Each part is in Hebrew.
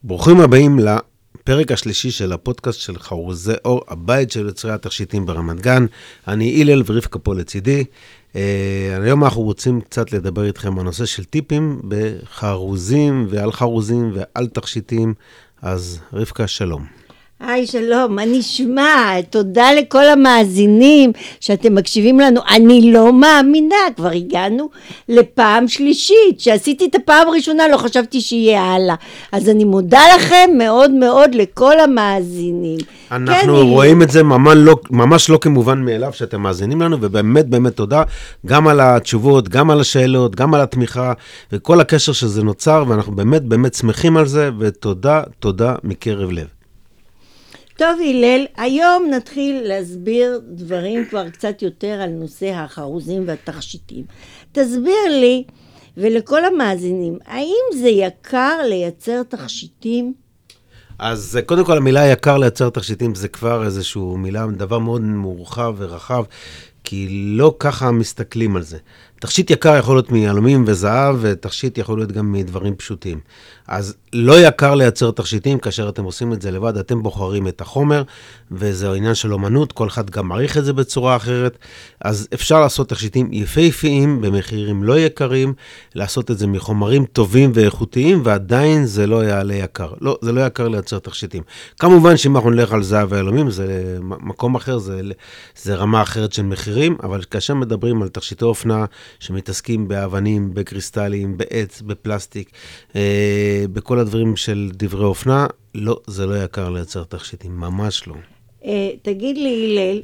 ברוכים הבאים לפרק השלישי של הפודקאסט של חרוזי אור, הבית של יוצרי התכשיטים ברמת גן. אני הלל ורבקה פה לצידי. היום אנחנו רוצים קצת לדבר איתכם על נושא של טיפים בחרוזים ועל חרוזים ועל תכשיטים. אז רבקה, שלום. היי, שלום, מה נשמע? תודה לכל המאזינים שאתם מקשיבים לנו. אני לא מאמינה, כבר הגענו לפעם שלישית. שעשיתי את הפעם הראשונה, לא חשבתי שיהיה הלאה. אז אני מודה לכם מאוד מאוד לכל המאזינים. אנחנו רואים את זה ממש לא כמובן מאליו שאתם מאזינים לנו, ובאמת באמת תודה גם על התשובות, גם על השאלות, גם על התמיכה, וכל הקשר שזה נוצר, ואנחנו באמת באמת שמחים על זה, ותודה מקרב לב. טוב, הלל, היום נתחיל להסביר דברים כבר קצת יותר על נושא החרוזים והתכשיטים. תסביר לי ולכל המאזינים, האם זה יקר לייצר תכשיטים? אז קודם כל המילה יקר לייצר תכשיטים זה כבר איזשהו מילה, דבר מאוד מורחב ורחב, כי לא ככה מסתכלים על זה. תכשיט יקר יכול להיות מאלומיניום וזהב, ותכשיט יכול להיות גם מדברים פשוטים. אז לא יקר לייצר תכשיטים, כאשר אתם עושים את זה לבד, אתם בוחרים את החומר, וזה העניין של אומנות, כל אחד גם מעריך את זה בצורה אחרת, אז אפשר לעשות תכשיטים יפהפיים, במחירים לא יקרים, לעשות את זה מחומרים טובים ואיכותיים, ועדיין זה לא יעלה יקר. לא, זה לא יקר לייצר תכשיטים. כמובן שאם אנחנו נלך על זהב ואלומיניום, זה מקום אחר, זה רמה אחרת של מחירים, אבל כאשר מדברים על תכשיטי אופנה, שמתעסקים באבנים, בקריסטלים, בעץ, בפלסטיק, בכל הדברים של דברי אופנה, לא, זה לא יקר לייצר תכשיטים, ממש לא. תגיד לי, הלל,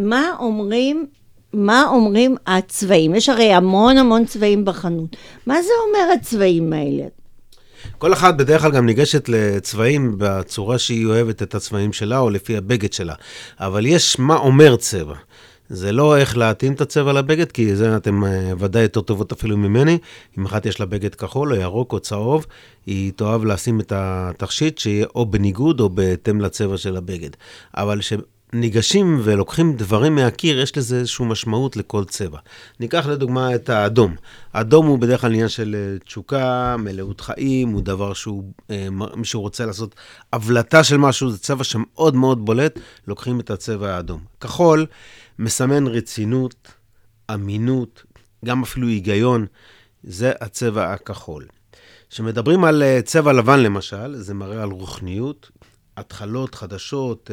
מה אומרים הצבעים? יש הרי המון צבעים בחנות. מה זה אומר הצבעים האלה? כל אחת בדרך כלל גם ניגשת לצבעים בצורה שהיא אוהבת את הצבעים שלה, או לפי הבגד שלה. אבל יש מה אומר צבע. זה לא איך להתאים את הצבע לבגד, כי זה אתם ודאי יותר טובות אפילו ממני. אם אחת יש לה בגד כחול או ירוק או צהוב, היא תאהב לשים את התכשיט שיהיה או בניגוד או בהתאם לצבע של הבגד. אבל שניגשים ולוקחים דברים מהקיר, יש לזה איזושהי משמעות לכל צבע. ניקח לדוגמה את האדום. האדום הוא בדרך כלל עניין של תשוקה, מלאות חיים, הוא דבר שהוא, מישהו רוצה לעשות הבלטה של משהו, זה צבע שמאוד מאוד בולט, לוקחים את הצבע האדום. כחול, מסמן רצינות, אמינות, גם אפילו היגיון, זה הצבע הכחול. כשמדברים על צבע לבן למשל, זה מראה על רוחניות, התחלות חדשות,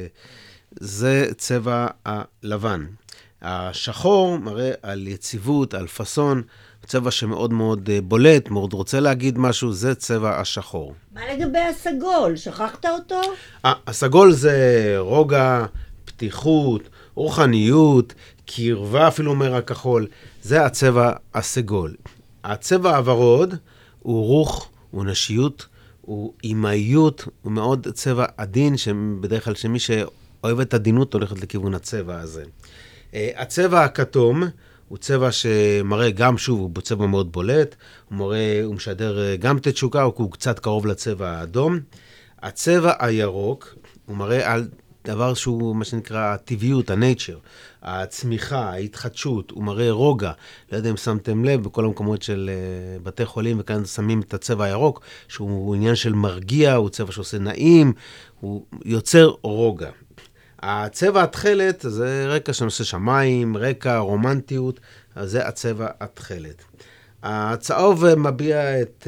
זה צבע הלבן. השחור מראה על יציבות, על פסון, צבע שמאוד מאוד בולט, מאוד רוצה להגיד משהו, זה צבע השחור. מה לגבי הסגול? שכחת אותו? הסגול זה רוגע, פתיחות, רוחניות, קרבה אפילו אומר הכחול, זה הצבע הסגול. הצבע הוורוד הוא רוח, הוא נשיות, הוא אימהיות, הוא מאוד צבע עדין, שבדרך כלל שמי שאוהב את עדינות הולכת לכיוון הצבע הזה. הצבע הכתום הוא צבע שמראה גם, שוב, הוא צבע מאוד בולט, הוא משדר גם את התשוקה, הוא קצת קרוב לצבע האדום. הצבע הירוק הוא מראה על דבר שהוא מה שנקרא הטבעיות, הנייצ'ר, הצמיחה, ההתחדשות, הוא מראה רוגע. לא יודע אם שמתם לב, בכל המקומות של בתי חולים וכאן שמים את הצבע הירוק, שהוא עניין של מרגיע, הוא צבע שעושה נעים, הוא יוצר רוגע. הצבע התחלת זה רקע שנושא שמיים, רקע, רומנטיות, אז זה הצבע התחלת. הצהוב מביע את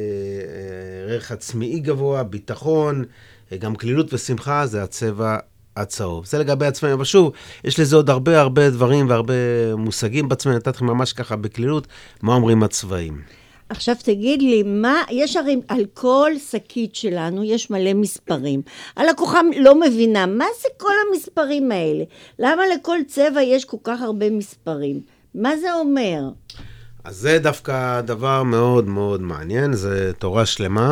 ערך עצמי גבוה, ביטחון, גם כלילות ושמחה, זה הצבע הצהוב. זה לגבי הצבעים, אבל שוב, יש לזה עוד הרבה דברים והרבה מושגים בצבעים, נתתי לכם ממש ככה בכלילות, מה אומרים הצבעים. עכשיו תגיד לי, יש הרי על כל שקית שלנו יש מלא מספרים. הלקוחה לא מבינה, מה זה כל המספרים האלה? למה לכל צבע יש כל כך הרבה מספרים? מה זה אומר? אז זה דווקא דבר מאוד מאוד מעניין, זה תורה שלמה,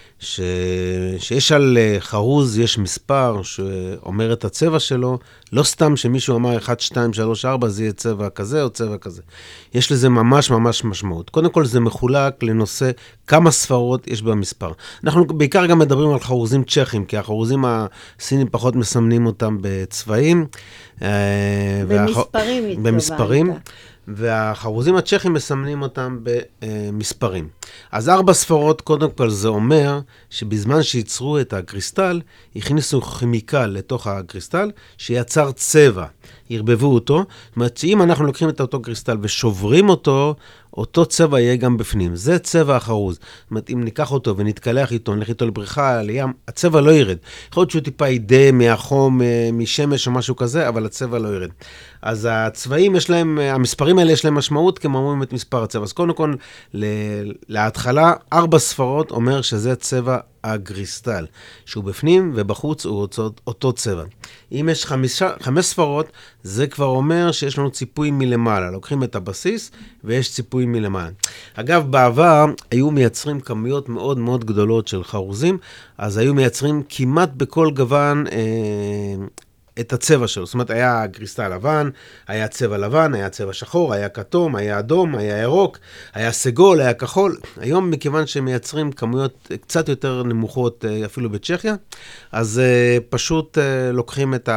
שיש על חרוז, יש מספר שאומר את הצבע שלו, לא סתם שמישהו אמר 1, 2, 3, 4, זה יהיה צבע כזה או צבע כזה. יש לזה ממש משמעות. קודם כל זה מחולק לנושא כמה ספרות יש במספר. אנחנו בעיקר גם מדברים על חרוזים צ'כים, כי החרוזים הסינים פחות מסמנים אותם בצבעים. במספרים. במספרים. והחרוזים הצ'כים מסמנים אותם במספרים. אז 4 ספרות, קודם כל זה אומר שבזמן שייצרו את הקריסטל, הכניסו כימיקל לתוך הקריסטל, שיצר צבע, הרבבו אותו. זאת אומרת שאם אנחנו לוקחים את אותו קריסטל ושוברים אותו, אותו צבע יהיה גם בפנים. זה צבע החרוז. זאת אומרת, אם ניקח אותו ונתקלח איתו, נלך איתו לבריכה, לים, הצבע לא ירד. יכול להיות שהוא טיפה ידה מהחום, משמש או משהו כזה, אבל הצבע לא ירד. אז הצבעים יש להם, המספרים האלה יש להם משמעות, כי הם אומרים את מספר הצבע. אז קודם כל, להתחלה, 4 ספרות אומר שזה צבע הקריסטל, שהוא בפנים ובחוץ הוא אותו צבע. אם יש 5 ספרות, זה כבר אומר שיש לנו ציפוי מלמעלה. לוקחים את הבסיס ויש ציפוי מלמעלה. אגב, בעבר היו מייצרים כמויות מאוד מאוד גדולות של חרוזים, אז היו מייצרים כמעט בכל גוון את הצבע שלו. זאת אומרת, היה קריסטל לבן, היה צבע לבן, היה צבע שחור, היה כתום, היה אדום, היה ירוק, היה סגול, היה כחול. היום, מכיוון שמייצרים כמויות קצת יותר נמוכות, אפילו בצ'כיה, אז פשוט לוקחים את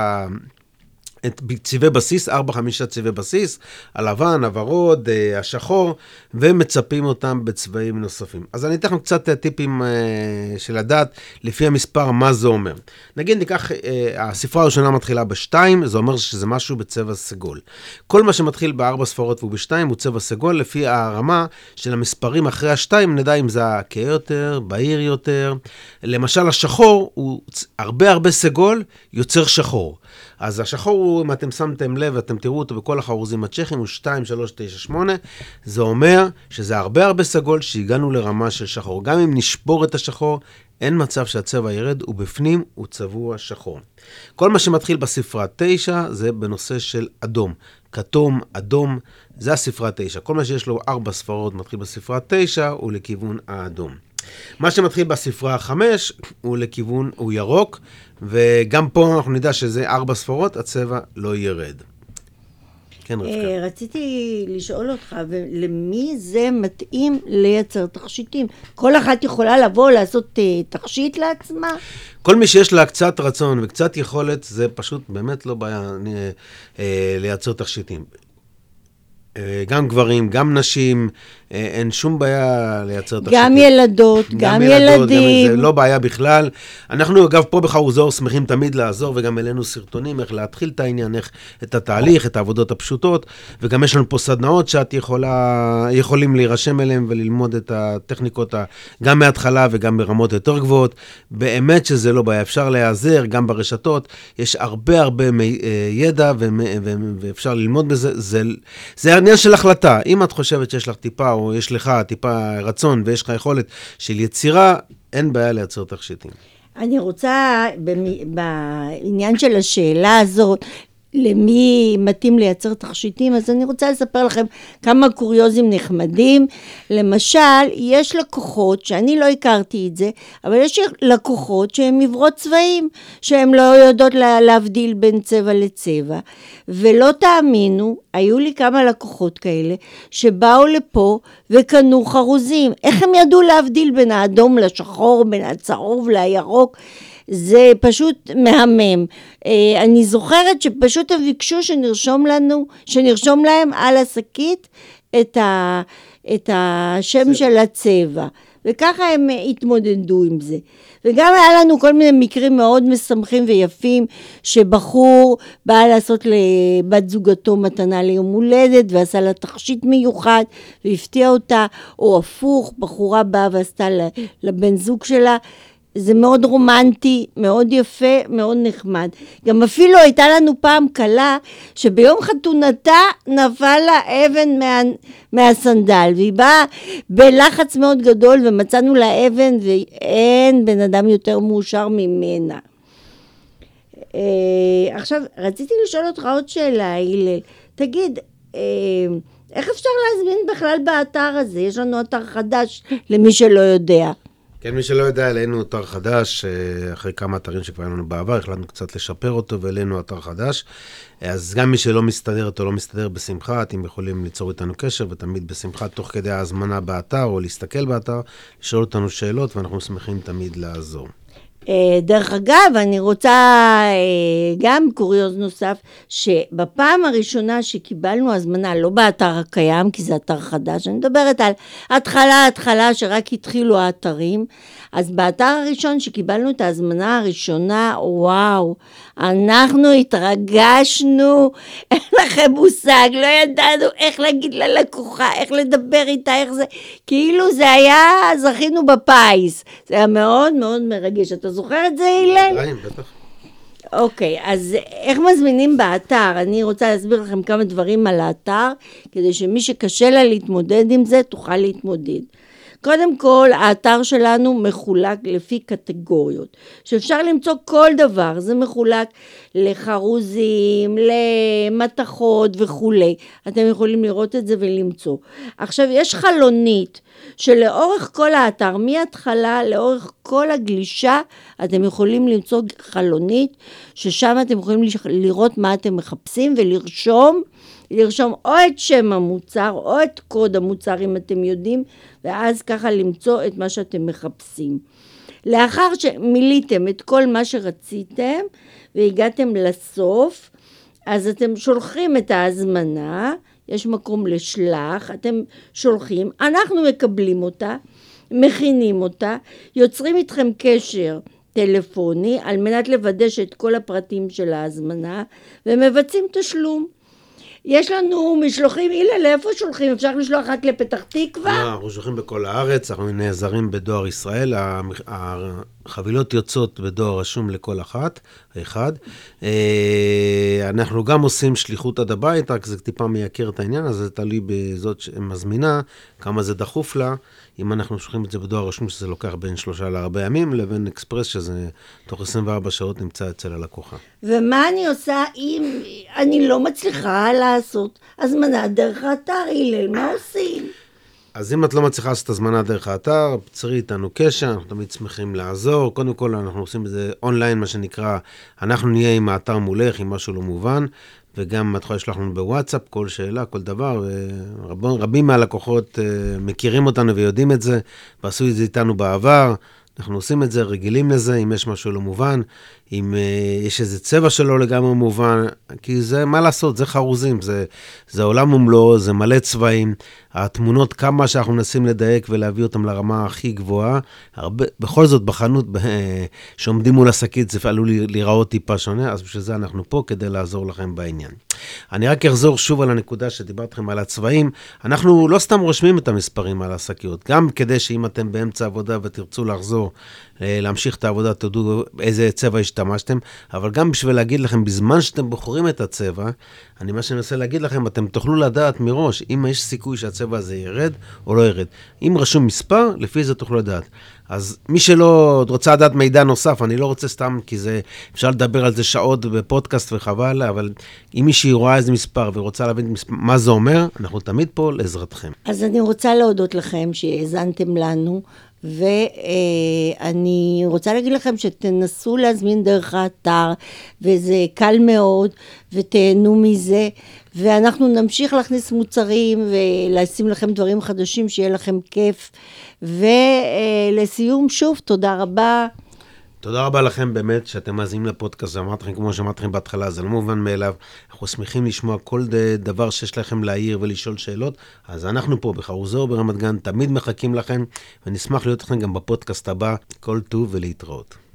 צבעי בסיס, 4-5 צבעי בסיס, הלבן, הוורוד, השחור, ומצפים אותם בצבעים נוספים. אז אני אתן לכם קצת טיפים של לדעת לפי המספר מה זה אומר. נגיד ניקח, הספרה הראשונה מתחילה ב2, זה אומר שזה משהו בצבע סגול. כל מה שמתחיל ב4 ספרות והוא ב2 הוא צבע סגול, לפי הרמה של המספרים אחרי ה2, נדע אם זה הכהה יותר, בהיר יותר. למשל השחור הוא הרבה סגול, יוצר שחור. אז השחור הוא, אם אתם שמתם לב, אתם תראו אותו בכל החרוזים הצ'כים, הוא 2, 3, 9, 8. זה אומר שזה הרבה סגול שהגענו לרמה של שחור. גם אם נשבור את השחור, אין מצב שהצבע ירד, ובפנים הוא צבוע שחור. כל מה שמתחיל בספרה 9 זה בנושא של אדום. כתום, אדום, זה הספרה 9. כל מה שיש לו 4 ספרות מתחיל בספרה 9 הוא לכיוון האדום. מה שמתחיל בספרה 5 הוא לכיוון, הוא ירוק, וגם פה אנחנו נדע שזה 4 ספרות, הצבע לא ירד. כן, רבקה. רציתי לשאול אותך, למי זה מתאים לייצר תכשיטים? כל אחת יכולה לבוא לעשות תכשיט לעצמה? כל מי שיש לה קצת רצון וקצת יכולת, זה פשוט באמת לא בעיה לייצר תכשיטים. גם גברים, גם נשים, אין שום בעיה לייצר תכשיטים. גם ילדות, גם ילדים. זה לא בעיה בכלל. אנחנו אגב פה בחרוזור שמחים תמיד לעזור, וגם אלינו סרטונים איך להתחיל את העניין, איך את התהליך, את העבודות הפשוטות, וגם יש לנו פה סדנאות שאת יכולים להירשם אליהם וללמוד את הטכניקות גם מההתחלה וגם ברמות יותר גבוהות. באמת שזה לא בעיה, אפשר להיעזר גם ברשתות, יש הרבה ידע ואפשר ללמוד בזה. זה העניין של החלטה. אם את חושבת שיש לך טיפה או יש לך טיפה רצון ויש לך יכולת של יצירה, אין בעיה לייצר תכשיטים. אני רוצה בעניין של השאלה הזאת, למי מתאים לייצר תכשיטים, אז אני רוצה לספר לכם כמה קוריוזים נחמדים. למשל, יש לקוחות, שאני לא הכרתי את זה, אבל יש לקוחות שהן עיוורות צבעים, שהן לא יודעות להבדיל בין צבע לצבע, ולא תאמינו, היו לי כמה לקוחות כאלה, שבאו לפה וקנו חרוזים. איך הם ידעו להבדיל בין האדום לשחור, בין הצהוב לירוק? זה פשוט מהמם. אני זוכרת שפשוט הם ביקשו שנרשום להם על השקית את השם של הצבע, וככה הם התמודדו עם זה. וגם היה לנו כל מיני מקרים מאוד משמחים ויפים, שבחור בא לעשות לבת זוגתו מתנה ליום הולדת, ועשה לה תכשיט מיוחד, והפתיע אותה, או הפוך, בחורה באה ועשתה לבן זוג שלה. זה מאוד רומנטי, מאוד יפה, מאוד נחמד. גם אפילו הייתה לנו פעם קלה, שביום חתונתה נפל לה אבן מהסנדל, והיא באה בלחץ מאוד גדול, ומצאנו לה אבן, ואין בן אדם יותר מאושר ממנה. עכשיו, רציתי לשאול אותך עוד שאלה, הלל. תגיד, איך אפשר להזמין בכלל באתר הזה? יש לנו אתר חדש למי שלא יודע. כן, מי שלא יודע, אלינו אתר חדש, אחרי כמה אתרים שכבר היה לנו בעבר, החלטנו קצת לשפר אותו, ואלינו אתר חדש. אז גם מי שלא מסתדר אותו, לא מסתדר בשמחה, אתם יכולים ליצור איתנו קשר, ותמיד בשמחה, תוך כדי ההזמנה באתר, או להסתכל באתר, לשאול אותנו שאלות, ואנחנו שמחים תמיד לעזור. דרך אגב, אני רוצה גם קוריוז נוסף, שבפעם הראשונה שקיבלנו הזמנה, לא באתר הקיים, כי זה אתר חדש, אני מדברת על התחלה שרק התחילו האתרים, אז באתר הראשון שקיבלנו את ההזמנה הראשונה, וואו, אנחנו התרגשנו, אין לכם מושג, לא ידענו איך להגיד ללקוחה, איך לדבר איתה, איך זה, כאילו זה היה, זכינו בפיס, זה היה מאוד מאוד מרגש, אתה זוכר את זה, הלל? בטח. אוקיי, אז איך מזמינים באתר? אני רוצה להסביר לכם כמה דברים על האתר, כדי שמי שקשה לה להתמודד עם זה, תוכל להתמודד. קודם כל, האתר שלנו מחולק לפי קטגוריות, שאפשר למצוא כל דבר, זה מחולק לחרוזים, למתכות וכולי. אתם יכולים לראות את זה ולמצוא. עכשיו, יש חלונית שלאורך כל האתר, מההתחלה לאורך כל הגלישה, אתם יכולים למצוא חלונית, ששם אתם יכולים לראות מה אתם מחפשים ולרשום או את שם המוצר או את קוד המוצר אם אתם יודעים, ואז ככה למצוא את מה שאתם מחפשים. לאחר שמיליתם את כל מה שרציתם והגעתם לסוף, אז אתם שולחים את ההזמנה, יש מקום לשלח, אתם שולחים, אנחנו מקבלים אותה, מכינים אותה, יוצרים איתכם קשר טלפוני על מנת לוודא שאת כל הפרטים של ההזמנה, ומבצעים תשלום. יש לנו משלוחים, לאיפה שולחים? אפשר לשלוח רק לפתח תקווה? לא, אנחנו שולחים בכל הארץ, אנחנו נעזרים בדואר ישראל, החבילות יוצאות בדואר רשום לכל אחד. אנחנו גם עושים שליחות עד הבית, רק זה טיפה מייקר את העניין, אז זה תלוי בזאת שמזמינה, כמה זה דחוף לה, אם אנחנו שולחים את זה בדואר רשום, שזה לוקח בין 3 ל4 ימים, לבין אקספרס, שזה תוך 24 שעות נמצא אצל הלקוחה. ומה אני עושה אם אני לא מצליחה לעשות הזמנה דרך האתר, הלל, מה עושים? אז אם את לא מצליחה לעשות הזמנה דרך האתר, צרי איתנו קשר, אנחנו תמיד שמחים לעזור. קודם כל אנחנו עושים את זה אונליין, מה שנקרא, אנחנו נהיה עם האתר מולך, עם משהו לא מובן, וגם את יכולה לשלוח לנו בוואטסאפ, כל שאלה, כל דבר, רבים מהלקוחות מכירים אותנו ויודעים את זה, ועשו את זה איתנו בעבר, אנחנו עושים את זה, רגילים לזה, אם יש משהו לא מובן, אם יש איזה צבע שלא לגמרי מובן, כי זה מה לעשות, זה חרוזים, זה עולם ומלואו, זה מלא צבעים, התמונות כמה שאנחנו מנסים לדייק ולהביא אותם לרמה הכי גבוהה, בכל זאת בחנות שעומדים מול השקית זה עלול להיראות טיפה שונה, אז בשביל זה אנחנו פה כדי לעזור לכם בעניין. אני רק אחזור שוב על הנקודה שדיברתכם על הצבעים, אנחנו לא סתם רושמים את המספרים על השקיות, גם כדי שאם אתם באמצע עבודה ותרצו לחזור, להמשיך את העבודה, תדעו איזה צבע השתמשתם, אבל גם בשביל להגיד לכם, בזמן שאתם בוחרים את הצבע, מה שאני מנסה להגיד לכם, אתם תוכלו לדעת מראש, אם יש סיכוי שהצבע הזה ירד או לא ירד. אם רשום מספר, לפי זה תוכלו לדעת. אז מי שלא רוצה לדעת מידע נוסף, אני לא רוצה סתם, כי זה, אפשר לדבר על זה שעות בפודקאסט וחבל, אבל אם מישהי רואה איזה מספר ורוצה להבין מה זה אומר, אנחנו תמיד פה לעזרתכם. אז אני רוצה להודות לכם שהאזנתם לנו, ואני רוצה להגיד לכם שתנסו להזמין דרך האתר, וזה קל מאוד, ותהנו מזה, ואנחנו נמשיך להכניס מוצרים, ולשים לכם דברים חדשים, שיהיה לכם כיף, ולסיום שוב, תודה רבה. תודה רבה לכם באמת שאתם מאזינים לפודקאסט, כמו שאמרתי לכם בהתחלה, זה לא מובן מאליו, אנחנו שמחים לשמוע כל דבר שיש לכם להעיר ולשאול שאלות, אז אנחנו פה בחרוזור ברמת גן, תמיד מחכים לכם, ונשמח להיות לכם גם בפודקאסט הבא, כל טוב ולהתראות.